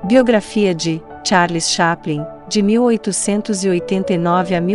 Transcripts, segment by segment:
Biografia de Charles Chaplin, de 1889 a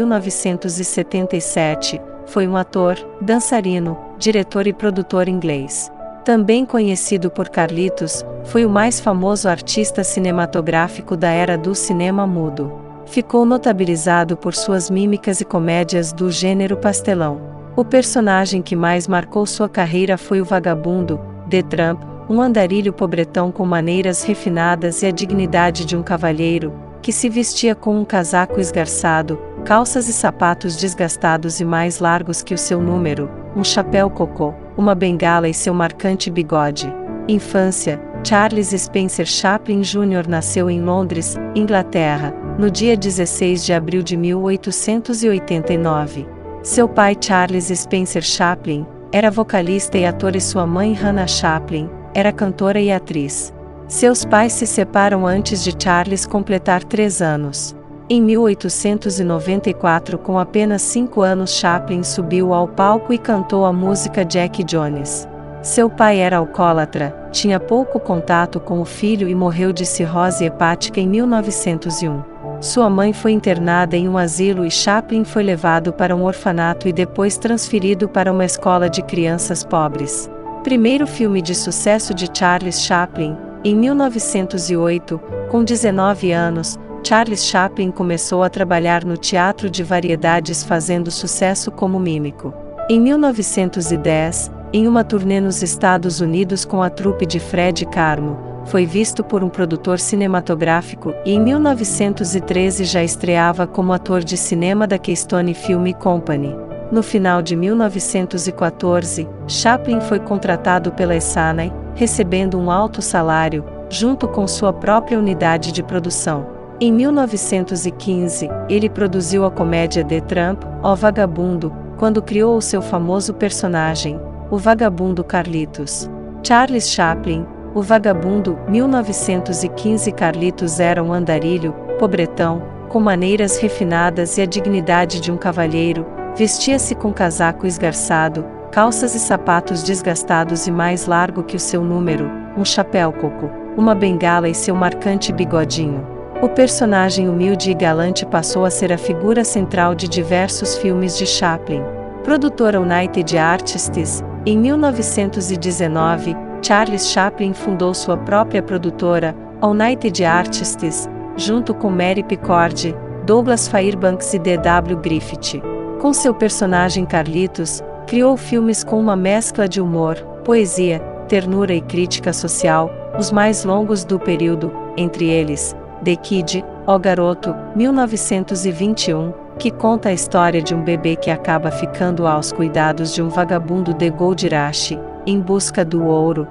1977, foi um ator, dançarino, diretor e produtor inglês. Também conhecido por Carlitos, foi o mais famoso artista cinematográfico da era do cinema mudo. Ficou notabilizado por suas mímicas e comédias do gênero pastelão. O personagem que mais marcou sua carreira foi o vagabundo, The Tramp, um andarilho pobretão com maneiras refinadas e a dignidade de um cavalheiro, que se vestia com um casaco esgarçado, calças e sapatos desgastados e mais largos que o seu número, um chapéu cocô, uma bengala e seu marcante bigode. Infância: Charles Spencer Chaplin Jr. nasceu em Londres, Inglaterra, no dia 16 de abril de 1889. Seu pai Charles Spencer Chaplin era vocalista e ator e sua mãe Hannah Chaplin era cantora e atriz. Seus pais se separam antes de Charles completar 3 anos. Em 1894, com apenas 5 anos, Chaplin subiu ao palco e cantou a música Jack Jones. Seu pai era alcoólatra, tinha pouco contato com o filho e morreu de cirrose hepática em 1901. Sua mãe foi internada em um asilo e Chaplin foi levado para um orfanato e depois transferido para uma escola de crianças pobres. Primeiro filme de sucesso de Charles Chaplin. Em 1908, com 19 anos, Charles Chaplin começou a trabalhar no teatro de variedades fazendo sucesso como mímico. Em 1910, em uma turnê nos Estados Unidos com a trupe de Fred Karmo, foi visto por um produtor cinematográfico e em 1913 já estreava como ator de cinema da Keystone Film Company. No final de 1914, Chaplin foi contratado pela Essanay, recebendo um alto salário, junto com sua própria unidade de produção. Em 1915, ele produziu a comédia The Tramp, O Vagabundo, quando criou o seu famoso personagem, o vagabundo Carlitos. Charles Chaplin, o vagabundo, 1915. Carlitos era um andarilho, pobretão, com maneiras refinadas e a dignidade de um cavalheiro, vestia-se com casaco esgarçado, calças e sapatos desgastados e mais largo que o seu número, um chapéu coco, uma bengala e seu marcante bigodinho. O personagem humilde e galante passou a ser a figura central de diversos filmes de Chaplin. Produtora United Artists, em 1919, Charles Chaplin fundou sua própria produtora, United Artists, junto com Mary Pickford, Douglas Fairbanks e D.W. Griffith. Com seu personagem Carlitos, criou filmes com uma mescla de humor, poesia, ternura e crítica social, os mais longos do período, entre eles, The Kid, O Garoto, 1921, que conta a história de um bebê que acaba ficando aos cuidados de um vagabundo de Gold Rush, Em Busca do Ouro,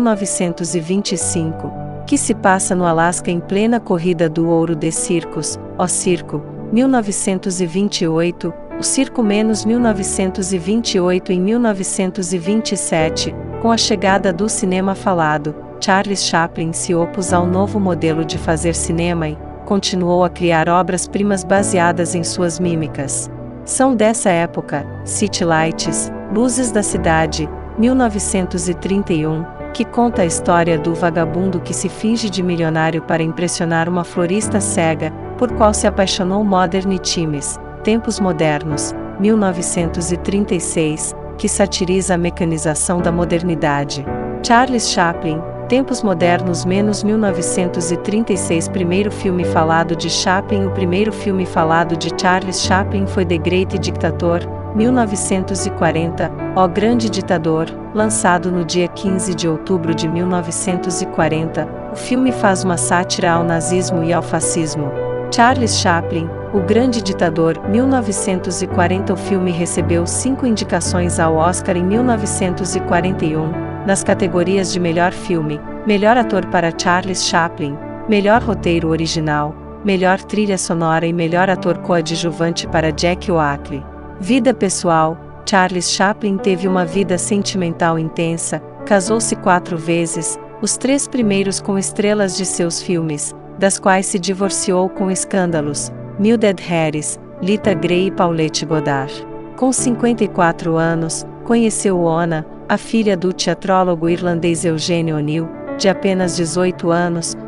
1925, que se passa no Alasca em plena corrida do ouro de circos, O Circo, 1928, O Circo menos 1928. Em 1927, com a chegada do cinema falado, Charles Chaplin se opôs ao novo modelo de fazer cinema e continuou a criar obras-primas baseadas em suas mímicas. São dessa época, City Lights, Luzes da Cidade, 1931, que conta a história do vagabundo que se finge de milionário para impressionar uma florista cega, por qual se apaixonou. Modern Times, Tempos Modernos, 1936, que satiriza a mecanização da modernidade. Charles Chaplin, Tempos Modernos menos 1936. Primeiro filme falado de Chaplin. O primeiro filme falado de Charles Chaplin foi The Great Dictator, 1940, O Grande Ditador, lançado no dia 15 de outubro de 1940. O filme faz uma sátira ao nazismo e ao fascismo. Charles Chaplin, O Grande Ditador, 1940. O filme recebeu 5 indicações ao Oscar em 1941. Nas categorias de Melhor Filme, Melhor Ator para Charles Chaplin, Melhor Roteiro Original, Melhor Trilha Sonora e Melhor Ator Coadjuvante para Jack Oakley. Vida pessoal: Charles Chaplin teve uma vida sentimental intensa, casou-se 4 vezes, os 3 primeiros com estrelas de seus filmes, das quais se divorciou com escândalos: Mildred Harris, Lita Grey e Paulette Goddard. Com 54 anos, conheceu Ona, a filha do teatrólogo irlandês Eugene O'Neill, de apenas 18 anos,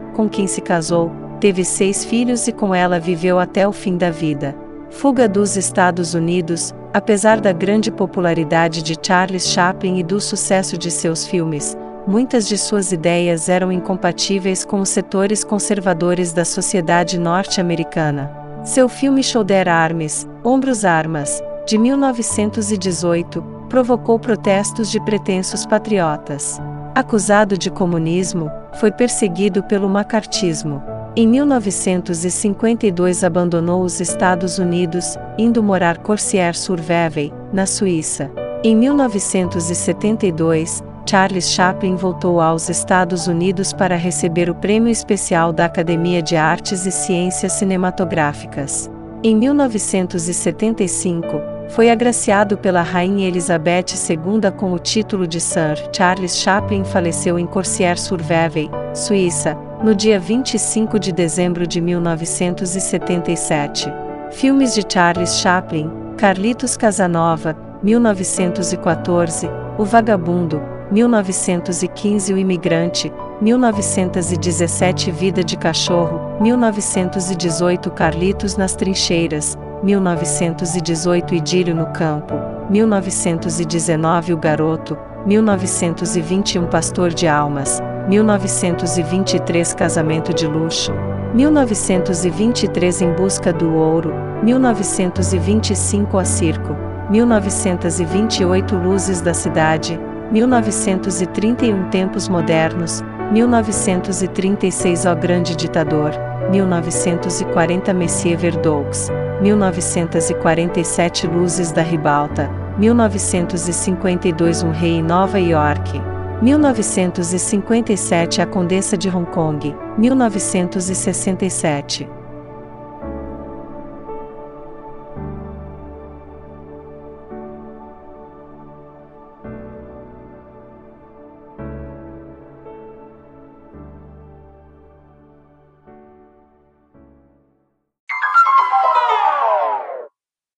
com quem se casou, teve 6 filhos e com ela viveu até o fim da vida. Fuga dos Estados Unidos. Apesar da grande popularidade de Charles Chaplin e do sucesso de seus filmes, muitas de suas ideias eram incompatíveis com os setores conservadores da sociedade norte-americana. Seu filme Shoulder Arms, Ombros Armas, de 1918, provocou protestos de pretensos patriotas. Acusado de comunismo, foi perseguido pelo macartismo. Em 1952 abandonou os Estados Unidos, indo morar Coursières-sur-Vevey, na Suíça. Em 1972, Charles Chaplin voltou aos Estados Unidos para receber o Prêmio Especial da Academia de Artes e Ciências Cinematográficas. Em 1975, foi agraciado pela Rainha Elizabeth II com o título de Sir. Charles Chaplin faleceu em Coursières-sur-Vevey, Suíça, no dia 25 de dezembro de 1977. Filmes de Charles Chaplin: Carlitos Casanova, 1914, O Vagabundo, 1915, O Imigrante, 1917, Vida de Cachorro, 1918, Carlitos nas Trincheiras, 1918, Idílio no Campo, 1919, O Garoto, 1921, Pastor de Almas, 1923, Casamento de Luxo, 1923, Em Busca do Ouro, 1925, A Circo, 1928, Luzes da Cidade, 1931, Tempos Modernos, 1936, O Grande Ditador, 1940, Messier Verdaux, 1947, Luzes da Ribalta, 1952, Um Rei em Nova York, 1957, A Condessa de Hong Kong, 1967.